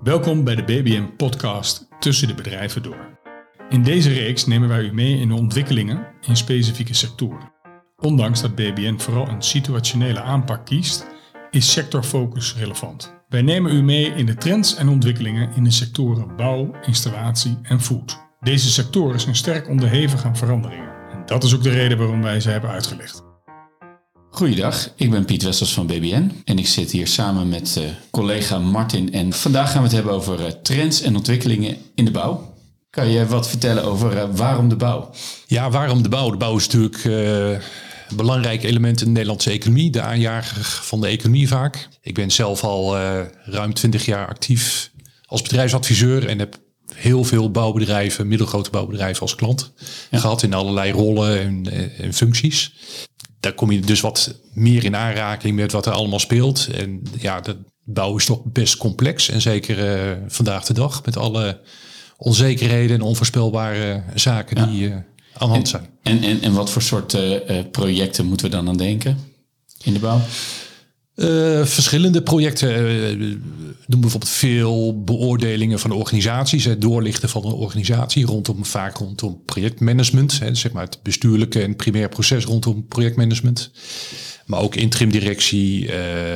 Welkom bij de BBN-podcast Tussen de Bedrijven Door. In deze reeks nemen wij u mee in de ontwikkelingen in specifieke sectoren. Ondanks dat BBN vooral een situationele aanpak kiest, is sectorfocus relevant. Wij nemen u mee in de trends en ontwikkelingen in de sectoren bouw, installatie en food. Deze sectoren zijn sterk onderhevig aan veranderingen. En dat is ook de reden waarom wij ze hebben uitgelicht. Goeiedag, ik ben Piet Wessels van BBN en ik zit hier samen met collega Martin. En vandaag gaan we het hebben over trends en ontwikkelingen in de bouw. Kan je wat vertellen over waarom de bouw? Ja, waarom de bouw? De bouw is natuurlijk een belangrijk element in de Nederlandse economie. De aanjager van de economie vaak. Ik ben zelf al ruim 20 jaar actief als bedrijfsadviseur en heb heel veel bouwbedrijven, middelgrote bouwbedrijven als klant gehad in allerlei rollen en functies. Daar kom je dus wat meer in aanraking met wat er allemaal speelt. En ja, de bouw is toch best complex. En zeker vandaag de dag met alle onzekerheden en onvoorspelbare zaken die aan de hand zijn. En wat voor soort projecten moeten we dan aan denken in de bouw? Verschillende projecten doen bijvoorbeeld veel beoordelingen van organisaties. Het doorlichten van een organisatie vaak rondom projectmanagement. Zeg maar het bestuurlijke en primair proces rondom projectmanagement. Maar ook interimdirectie,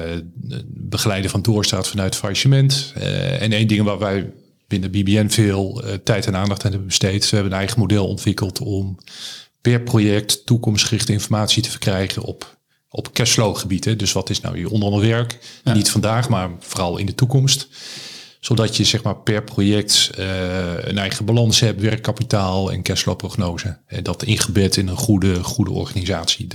begeleiden van doorstaat vanuit faillissement. En één ding waar wij binnen BBN veel tijd en aandacht aan hebben besteed. We hebben een eigen model ontwikkeld om per project toekomstgerichte informatie te verkrijgen op cashflow gebied. Dus wat is nou je onderliggend werk? Ja. Niet vandaag, maar vooral in de toekomst. Zodat je zeg maar per project een eigen balans hebt, werkkapitaal en cashflow-prognose. En dat ingebed in een goede organisatie.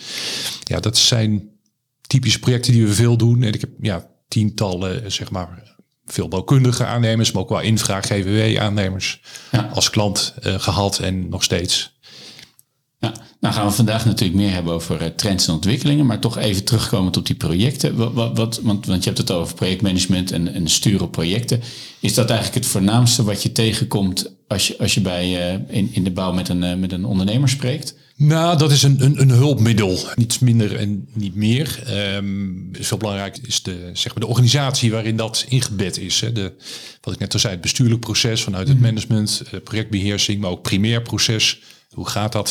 Dat zijn typische projecten die we veel doen. En ik heb tientallen zeg maar veel bouwkundige aannemers, maar ook wel infra GWW-aannemers als klant gehad en nog steeds. Ja, nou gaan we vandaag natuurlijk meer hebben over trends en ontwikkelingen, maar toch even terugkomend op die projecten. Want je hebt het over projectmanagement en sturen projecten. Is dat eigenlijk het voornaamste wat je tegenkomt als je in de bouw met een ondernemer spreekt? Nou, dat is een hulpmiddel. Niets minder en niet meer. Veel belangrijk is de organisatie waarin dat ingebed is. Wat ik net al zei, het bestuurlijk proces vanuit het management, projectbeheersing, maar ook primair proces. Hoe gaat dat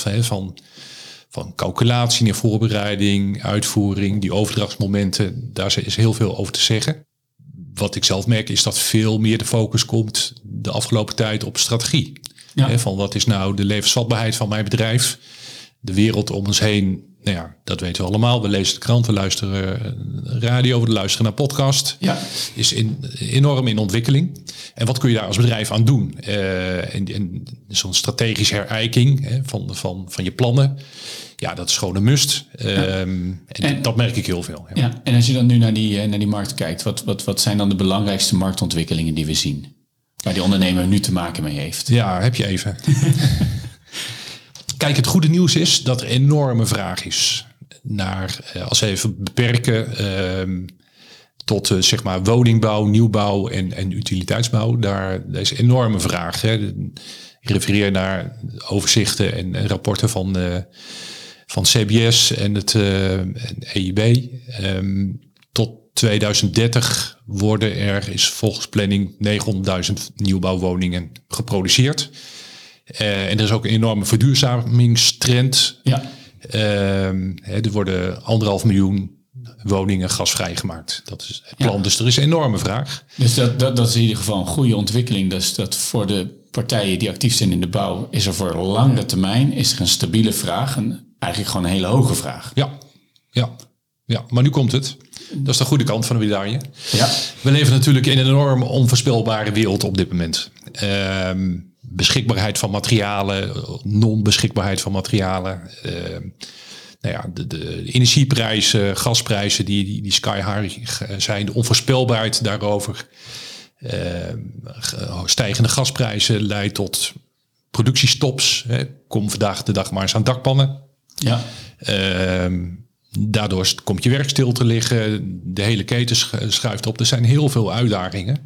van calculatie naar voorbereiding, uitvoering, die overdrachtsmomenten, daar is heel veel over te zeggen. Wat ik zelf merk is dat veel meer de focus komt de afgelopen tijd op strategie. Ja. Van wat is nou de levensvatbaarheid van mijn bedrijf? De wereld om ons heen, dat weten we allemaal. We lezen de krant, we luisteren radio, we luisteren naar podcast. Ja. Is enorm in ontwikkeling. En wat kun je daar als bedrijf aan doen? En zo'n strategische herijking van je plannen. Ja, dat is gewoon een must. En dat merk ik heel veel. Ja. En als je dan nu naar die markt kijkt, wat zijn dan de belangrijkste marktontwikkelingen die we zien? Waar die ondernemer nu te maken mee heeft? Ja, heb je even. Kijk, het goede nieuws is dat er enorme vraag is naar, als we even beperken tot zeg maar woningbouw, nieuwbouw en utiliteitsbouw. Daar is enorme vraag. Ik refereer naar overzichten en rapporten van CBS en het EIB. Tot 2030 is volgens planning 900.000 nieuwbouwwoningen geproduceerd. En er is ook een enorme verduurzamingstrend. Ja. Er worden 1,5 miljoen woningen gasvrij gemaakt. Dat is het plan. Ja. Dus er is een enorme vraag. Dus dat is in ieder geval een goede ontwikkeling. Dus dat voor de partijen die actief zijn in de bouw, is er voor lange termijn een stabiele vraag. En eigenlijk gewoon een hele hoge vraag. Ja, maar nu komt het. Dat is de goede kant van de medaille. Ja. We leven natuurlijk in een enorm onvoorspelbare wereld op dit moment. Beschikbaarheid van materialen, non-beschikbaarheid van materialen. De energieprijzen, gasprijzen die sky high zijn. De onvoorspelbaarheid daarover. Stijgende gasprijzen leidt tot productiestops. Kom vandaag de dag maar eens aan dakpannen. Ja. Daardoor komt je werk stil te liggen. De hele keten schuift op. Er zijn heel veel uitdagingen.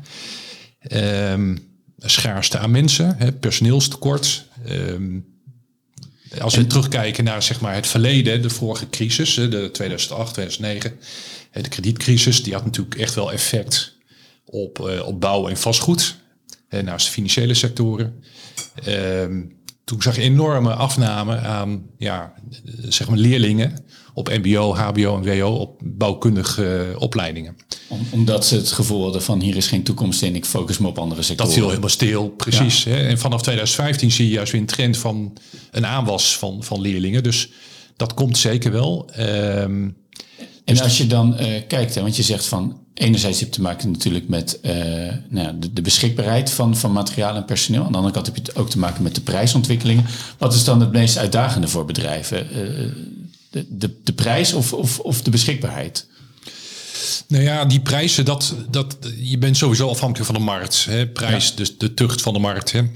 Schaarste aan mensen, personeelstekort. Als we terugkijken naar zeg maar, het verleden, de vorige crisis, de 2008, 2009, de kredietcrisis, die had natuurlijk echt wel effect op bouw en vastgoed. Naast de financiële sectoren. Toen zag je enorme afname aan zeg maar leerlingen op mbo, hbo en wo op bouwkundige opleidingen. Omdat ze het gevoel hadden van hier is geen toekomst in, ik focus me op andere sectoren. Dat viel helemaal stil, precies. Ja. Hè? En vanaf 2015 zie je juist weer een trend van een aanwas van leerlingen. Dus dat komt zeker wel. En als je dan kijkt, want je zegt van enerzijds heb je te maken natuurlijk met de beschikbaarheid van materiaal en personeel. Aan de andere kant heb je het ook te maken met de prijsontwikkelingen. Wat is dan het meest uitdagende voor bedrijven? De prijs of de beschikbaarheid? Nou ja, die prijzen, je bent sowieso afhankelijk van de markt. Hè? Prijs, dus de tucht van de markt. Hè?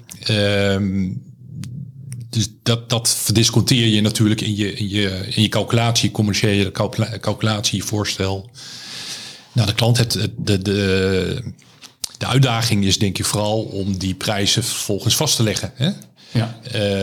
Dus dat verdisconteer je natuurlijk in je calculatie, commerciële calculatie, voorstel. Nou, de klant, de uitdaging is denk ik vooral om die prijzen vervolgens vast te leggen. Hè? Ja.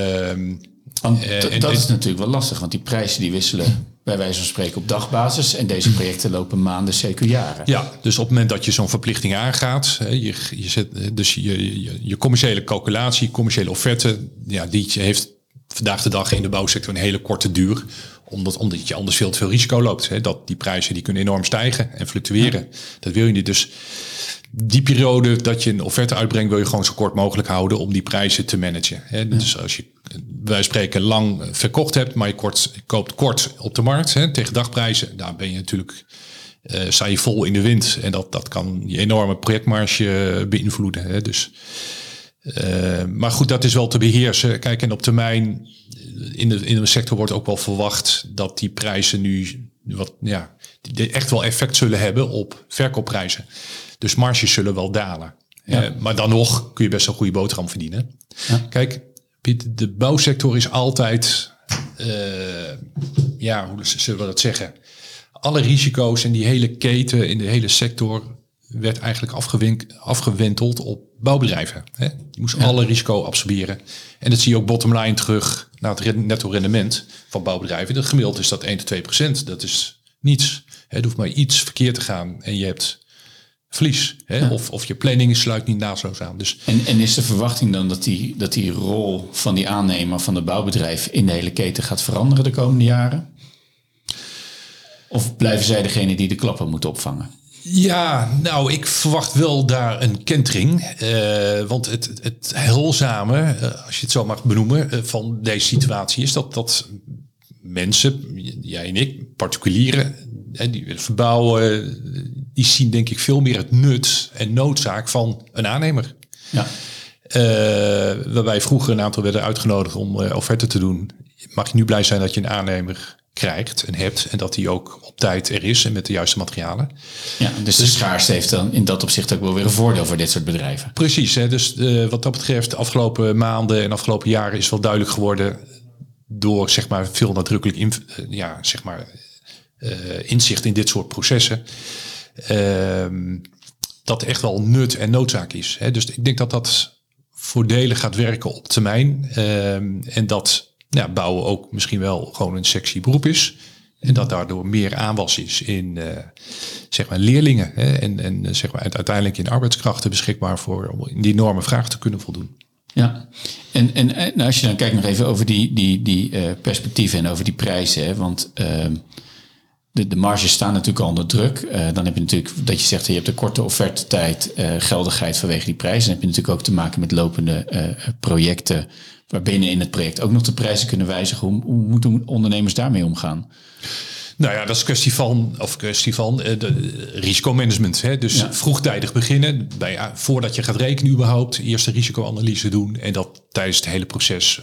Dat is natuurlijk wel lastig, want die prijzen die wisselen bij wijze van spreken op dagbasis. En deze projecten lopen maanden, zeker jaren. Ja, dus op het moment dat je zo'n verplichting aangaat, je zet dus je commerciële calculatie, commerciële offerte, die heeft vandaag de dag in de bouwsector een hele korte duur. Omdat je anders veel te veel risico loopt. Hè? Dat die prijzen die kunnen enorm stijgen en fluctueren. Ja. Dat wil je niet. Dus die periode dat je een offerte uitbrengt, wil je gewoon zo kort mogelijk houden om die prijzen te managen. Hè? Ja. Dus als je wij spreken lang verkocht hebt, maar je koopt kort op de markt, hè, tegen dagprijzen, daar ben je natuurlijk sta je vol in de wind. En dat kan je enorme projectmarge beïnvloeden. Hè? Dus, maar goed, dat is wel te beheersen. Kijk, en op termijn in de sector wordt ook wel verwacht dat die prijzen nu echt wel effect zullen hebben op verkoopprijzen. Dus marges zullen wel dalen. Ja. Maar dan nog kun je best een goede boterham verdienen. Ja. Kijk, de bouwsector is altijd, hoe zullen we dat zeggen? Alle risico's en die hele keten in de hele sector werd eigenlijk afgewenteld op bouwbedrijven. Hè? Die moesten alle risico absorberen. En dat zie je ook bottom line terug naar het netto rendement van bouwbedrijven. Dat gemiddeld is dat 1-2%. Dat is niets. Er hoeft maar iets verkeerd te gaan en je hebt verlies. Hè? Ja. Of je planning sluit niet naadloos aan. Dus en is de verwachting dan dat die rol van die aannemer van de bouwbedrijf in de hele keten gaat veranderen de komende jaren? Of blijven zij degene die de klappen moeten opvangen? Ja, nou, ik verwacht wel daar een kentering. Want het heilzame, als je het zo mag benoemen, van deze situatie is dat mensen, jij en ik, particulieren, die willen verbouwen, die zien denk ik veel meer het nut en noodzaak van een aannemer. Ja. Waarbij vroeger een aantal werden uitgenodigd om offerte te doen. Mag je nu blij zijn dat je een aannemer krijgt en hebt en dat die ook op tijd er is en met de juiste materialen. Ja, dus de schaarste heeft dan in dat opzicht ook wel weer een voordeel voor dit soort bedrijven. Precies, hè? Dus wat dat betreft de afgelopen maanden en afgelopen jaren is wel duidelijk geworden door zeg maar veel nadrukkelijk inzicht in dit soort processen. Dat er echt wel nut en noodzaak is. Hè? Dus ik denk dat dat voordelig gaat werken op termijn. En dat bouwen ook misschien wel gewoon een sexy beroep is. En dat daardoor meer aanwas is in zeg maar leerlingen. Hè? En zeg maar uiteindelijk in arbeidskrachten beschikbaar om die enorme vraag te kunnen voldoen. Ja, en als je dan kijkt nog even over die perspectieven en over die prijzen. Hè? Want de marges staan natuurlijk al onder druk. Dan heb je natuurlijk dat je zegt, je hebt een korte offertetijd, geldigheid vanwege die prijzen. Dan heb je natuurlijk ook te maken met lopende projecten, waarbinnen in het project ook nog de prijzen kunnen wijzigen. Hoe moeten ondernemers daarmee omgaan? Nou ja, dat is kwestie van de risicomanagement. Hè? Dus vroegtijdig beginnen, voordat je gaat rekenen überhaupt, eerst de risicoanalyse doen en dat tijdens het hele proces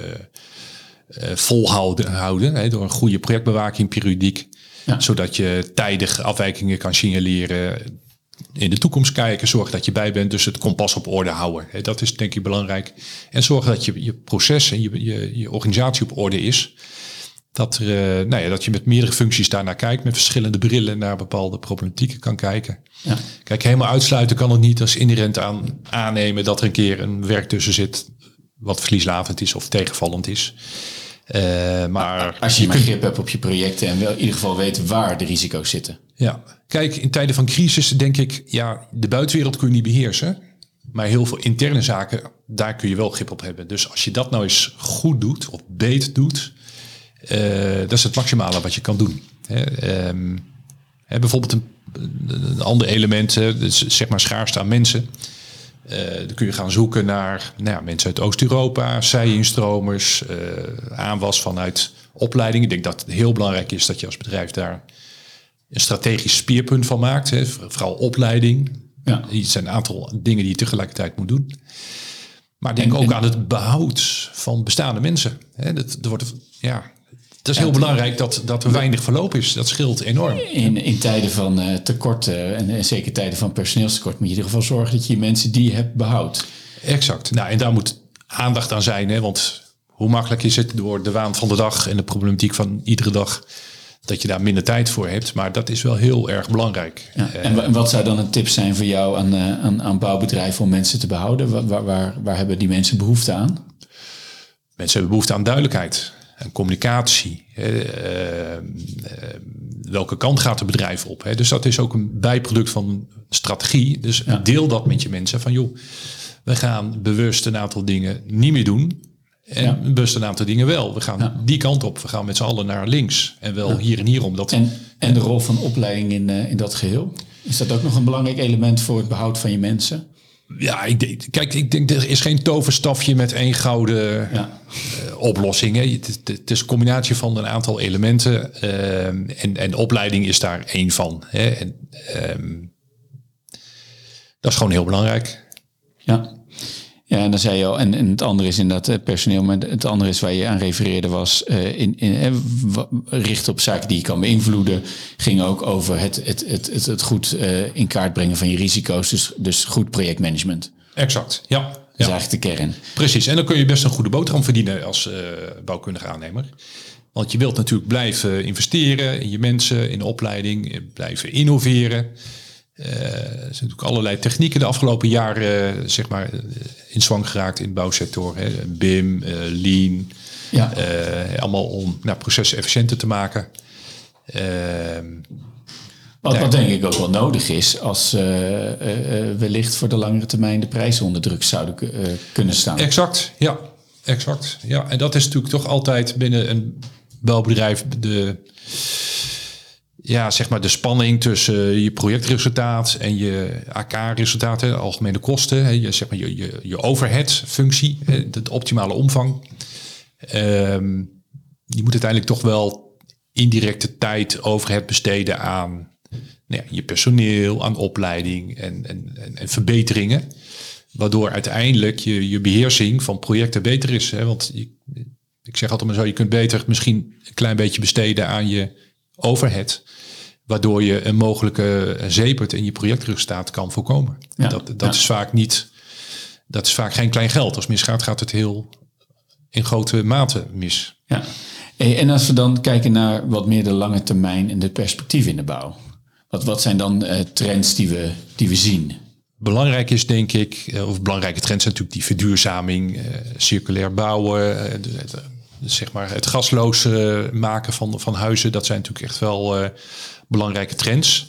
volhouden. Hè? Door een goede projectbewaking periodiek. Ja. Zodat je tijdig afwijkingen kan signaleren, in de toekomst kijken, zorg dat je bij bent, dus het kompas op orde houden. Dat is denk ik belangrijk. En zorg dat je proces en je organisatie op orde is. Dat je met meerdere functies daarnaar kijkt, met verschillende brillen naar bepaalde problematieken kan kijken. Ja. Kijk, helemaal uitsluiten kan het niet als inherent aannemen dat er een keer een werk tussen zit wat verlieslavend is of tegenvallend is. Maar als je maar grip hebt op je projecten en wel in ieder geval weet waar de risico's zitten. Ja, kijk, in tijden van crisis denk ik, de buitenwereld kun je niet beheersen. Maar heel veel interne zaken, daar kun je wel grip op hebben. Dus als je dat nou eens goed doet of beter doet, dat is het maximale wat je kan doen. Bijvoorbeeld een ander element, dus zeg maar schaarste aan mensen. Dan kun je gaan zoeken naar mensen uit Oost-Europa, zij-instromers, aanwas vanuit opleiding. Ik denk dat het heel belangrijk is dat je als bedrijf daar een strategisch speerpunt van maakt. Vooral opleiding. Ja. Het zijn een aantal dingen die je tegelijkertijd moet doen. Maar denk ook aan het behoud van bestaande mensen. Het is heel belangrijk dat er weinig verloop is. Dat scheelt enorm. In tijden van tekort en zeker tijden van personeelstekort moet je in ieder geval zorgen dat je mensen die je hebt behoudt. Exact. Nou, en daar moet aandacht aan zijn. Want hoe makkelijk is het door de waan van de dag en de problematiek van iedere dag dat je daar minder tijd voor hebt. Maar dat is wel heel erg belangrijk. Ja. En wat zou dan een tip zijn voor jou aan bouwbedrijven om mensen te behouden? Waar hebben die mensen behoefte aan? Mensen hebben behoefte aan duidelijkheid. En communicatie. Welke kant gaat het bedrijf op? Dus dat is ook een bijproduct van strategie. Dus deel dat met je mensen. Van joh, we gaan bewust een aantal dingen niet meer doen. En bewust een aantal dingen wel. We gaan die kant op. We gaan met z'n allen naar links. En wel hier en hier. En de rol van opleiding in dat geheel? Is dat ook nog een belangrijk element voor het behoud van je mensen? Ja, ik denk er is geen toverstafje met één gouden oplossing. Hè. Het is een combinatie van een aantal elementen. En opleiding is daar één van. Hè. Dat is gewoon heel belangrijk. Ja. Ja, en dan zei je al, en het andere is inderdaad personeel, maar het andere is waar je aan refereerde was richt op zaken die je kan beïnvloeden. Ging ook over het goed in kaart brengen van je risico's, dus goed projectmanagement. Exact, ja. Dat is eigenlijk de kern. Precies, en dan kun je best een goede boterham verdienen als bouwkundige aannemer. Want je wilt natuurlijk blijven investeren in je mensen, in de opleiding, blijven innoveren. Er zijn natuurlijk allerlei technieken de afgelopen jaren in zwang geraakt in de bouwsector. BIM, Lean, allemaal om processen efficiënter te maken. Wat denk ik ook wel nodig is als wellicht voor de langere termijn de prijzen onder druk zouden kunnen staan. Exact, ja. Exact. Ja, en dat is natuurlijk toch altijd binnen een bouwbedrijf de spanning tussen je projectresultaat en je AK-resultaten, algemene kosten, je overhead-functie, de optimale omvang. Je moet uiteindelijk toch wel indirecte tijd overhead besteden aan je personeel, aan opleiding en verbeteringen. Waardoor uiteindelijk je beheersing van projecten beter is. Want ik zeg altijd maar zo, je kunt beter misschien een klein beetje besteden aan je overhead, waardoor je een mogelijke zeepert in je projectresultaat kan voorkomen. Ja, dat is vaak geen klein geld. Als het misgaat, gaat het heel in grote mate mis. Ja. En als we dan kijken naar wat meer de lange termijn en de perspectieven in de bouw. Wat zijn dan trends die we zien? Belangrijk is denk ik, of belangrijke trends zijn natuurlijk die verduurzaming, circulair bouwen, het gasloos maken van huizen. Dat zijn natuurlijk echt wel belangrijke trends.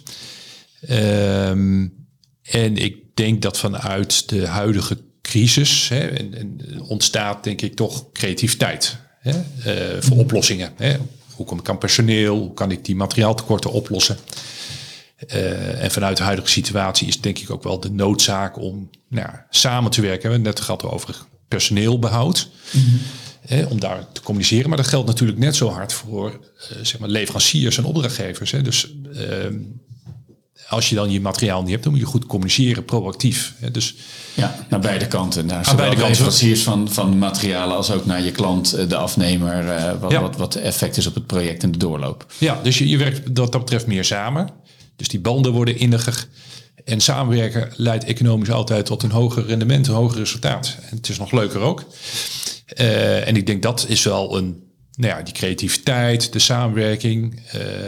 En ik denk dat vanuit de huidige crisis ontstaat denk ik toch creativiteit voor oplossingen. Hoe kom ik aan personeel? Hoe kan ik die materiaaltekorten oplossen? En vanuit de huidige situatie is denk ik ook wel de noodzaak om samen te werken. We hebben het net gehad over personeelbehoud. Mm-hmm. Om daar te communiceren. Maar dat geldt natuurlijk net zo hard voor leveranciers en opdrachtgevers. Dus als je dan je materiaal niet hebt, dan moet je goed communiceren, proactief. Dus naar beide kanten. Naar leveranciers van materialen als ook naar je klant, de afnemer. Wat de effect is op het project en de doorloop. Ja, dus je werkt dat betreft meer samen. Dus die banden worden inniger. En samenwerken leidt economisch altijd tot een hoger rendement, een hoger resultaat. En het is nog leuker ook. En ik denk dat is wel die creativiteit, de samenwerking,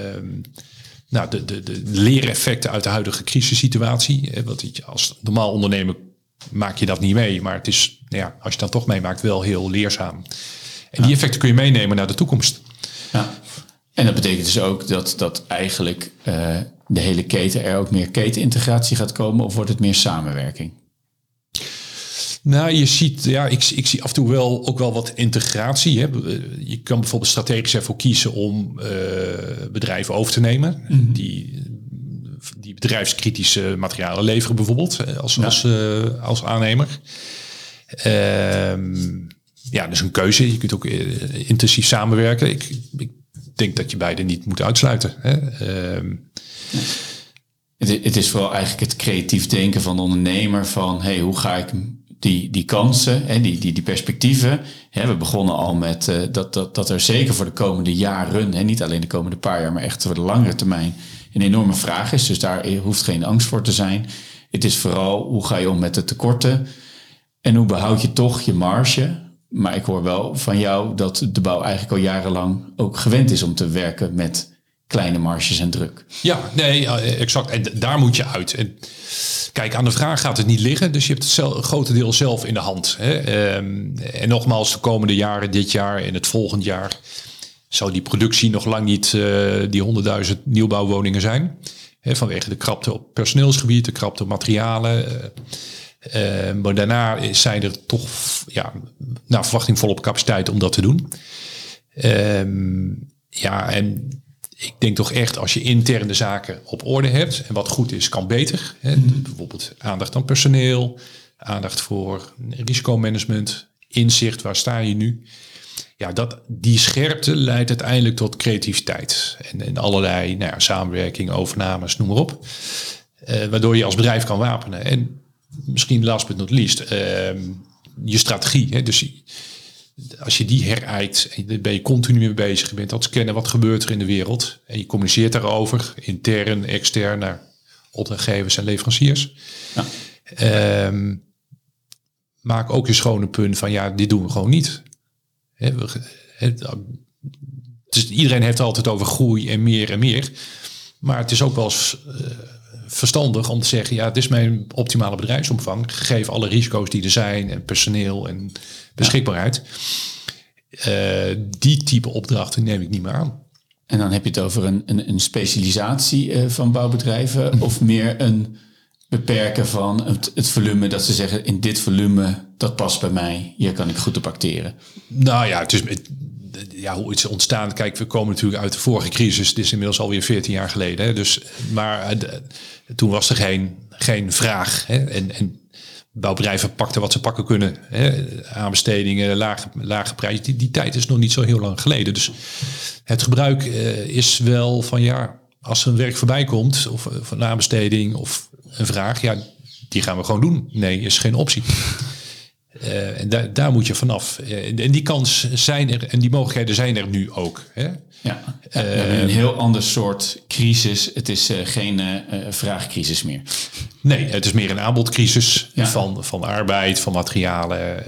de leereffecten uit de huidige crisissituatie. Want als normaal ondernemer maak je dat niet mee, maar het is, als je dat toch meemaakt, wel heel leerzaam. En die effecten kun je meenemen naar de toekomst. Ja. En dat betekent dus ook dat eigenlijk de hele keten er ook meer ketenintegratie gaat komen, of wordt het meer samenwerking? Nou, je ziet, ik zie af en toe ook wel wat integratie. Hè. Je kan bijvoorbeeld strategisch ervoor kiezen om bedrijven over te nemen. Mm-hmm. Die bedrijfskritische materialen leveren bijvoorbeeld als aannemer. Dat is een keuze. Je kunt ook intensief samenwerken. Ik denk dat je beide niet moet uitsluiten. Hè. Het is vooral eigenlijk het creatief denken van de ondernemer van hoe ga ik die kansen, die perspectieven. We begonnen al met dat er zeker voor de komende jaren, niet alleen de komende paar jaar, maar echt voor de langere termijn een enorme vraag is. Dus daar hoeft geen angst voor te zijn. Het is vooral hoe ga je om met de tekorten en hoe behoud je toch je marge. Maar ik hoor wel van jou dat de bouw eigenlijk al jarenlang ook gewend is om te werken met kleine marges en druk. Ja, nee, exact. En daar moet je uit. En kijk, aan de vraag gaat het niet liggen. Dus je hebt het grote deel zelf in de hand. Hè. En nogmaals, de komende jaren, dit jaar en het volgend jaar, zou die productie nog lang niet die 100.000 nieuwbouwwoningen zijn. Hè, vanwege de krapte op personeelsgebied, de krapte op materialen. Maar daarna zijn er toch naar verwachting volop capaciteit om dat te doen. En ik denk toch echt, als je interne zaken op orde hebt en wat goed is, kan beter. Hè? Bijvoorbeeld aandacht aan personeel, aandacht voor risicomanagement, inzicht, waar sta je nu? Ja, die scherpte leidt uiteindelijk tot creativiteit en allerlei samenwerking, overnames, noem maar op. Waardoor je als bedrijf kan wapenen. En misschien last but not least, je strategie. Hè? Dus als je die herijkt, en daar ben je continu mee bezig. Je bent aan het scannen wat gebeurt er in de wereld. En je communiceert daarover, intern, extern, naar opdrachtgevers en leveranciers. Ja. Maak ook je schone punt van dit doen we gewoon niet. Dus iedereen heeft het altijd over groei en meer en meer. Maar het is ook wel eens verstandig om te zeggen, dit is mijn optimale bedrijfsomvang, gegeven alle risico's die er zijn en personeel en beschikbaarheid. Die type opdrachten neem ik niet meer aan. En dan heb je het over een specialisatie van bouwbedrijven of meer een beperken van het volume, dat ze zeggen in dit volume, dat past bij mij, hier kan ik goed op acteren. Nou ja, het is hoe het is ontstaan. Kijk, we komen natuurlijk uit de vorige crisis. Het is inmiddels alweer 14 jaar geleden. Hè? Dus, maar toen was er geen vraag. Hè? En bouwbedrijven pakten wat ze pakken kunnen. Hè? Aanbestedingen, lage prijzen. Die tijd is nog niet zo heel lang geleden. Dus het gebruik is wel van als er een werk voorbij komt, of een aanbesteding of een vraag, die gaan we gewoon doen. Nee, is geen optie. En daar moet je vanaf. En die kans zijn er en die mogelijkheden zijn er nu ook. Hè? Ja, we hebben een heel ander soort crisis. Het is geen vraagcrisis meer. Nee, het is meer een aanbodcrisis van arbeid, van materialen.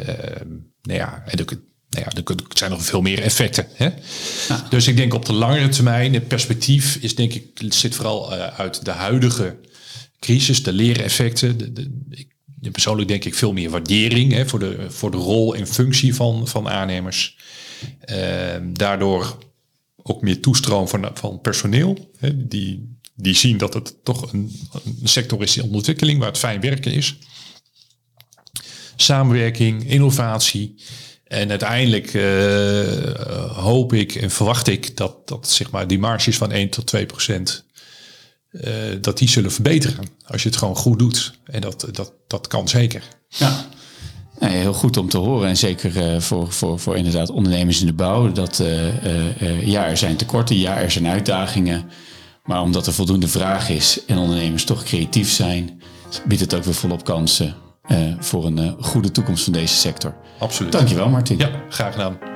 Er zijn nog veel meer effecten. Hè? Ja. Dus ik denk op de langere termijn, het perspectief zit vooral uit de huidige crisis, de leereffecten. Persoonlijk denk ik veel meer waardering voor de rol en functie van aannemers. Daardoor ook meer toestroom van personeel. Die zien dat het toch een sector is in ontwikkeling waar het fijn werken is. Samenwerking, innovatie. En uiteindelijk hoop ik en verwacht ik dat zeg maar die marges van 1 tot 2%... dat die zullen verbeteren als je het gewoon goed doet. En dat kan zeker. Ja, heel goed om te horen. En zeker voor inderdaad ondernemers in de bouw. Dat er zijn tekorten, er zijn uitdagingen. Maar omdat er voldoende vraag is en ondernemers toch creatief zijn, biedt het ook weer volop kansen voor een goede toekomst van deze sector. Absoluut. Dankjewel, Martin. Ja, graag gedaan.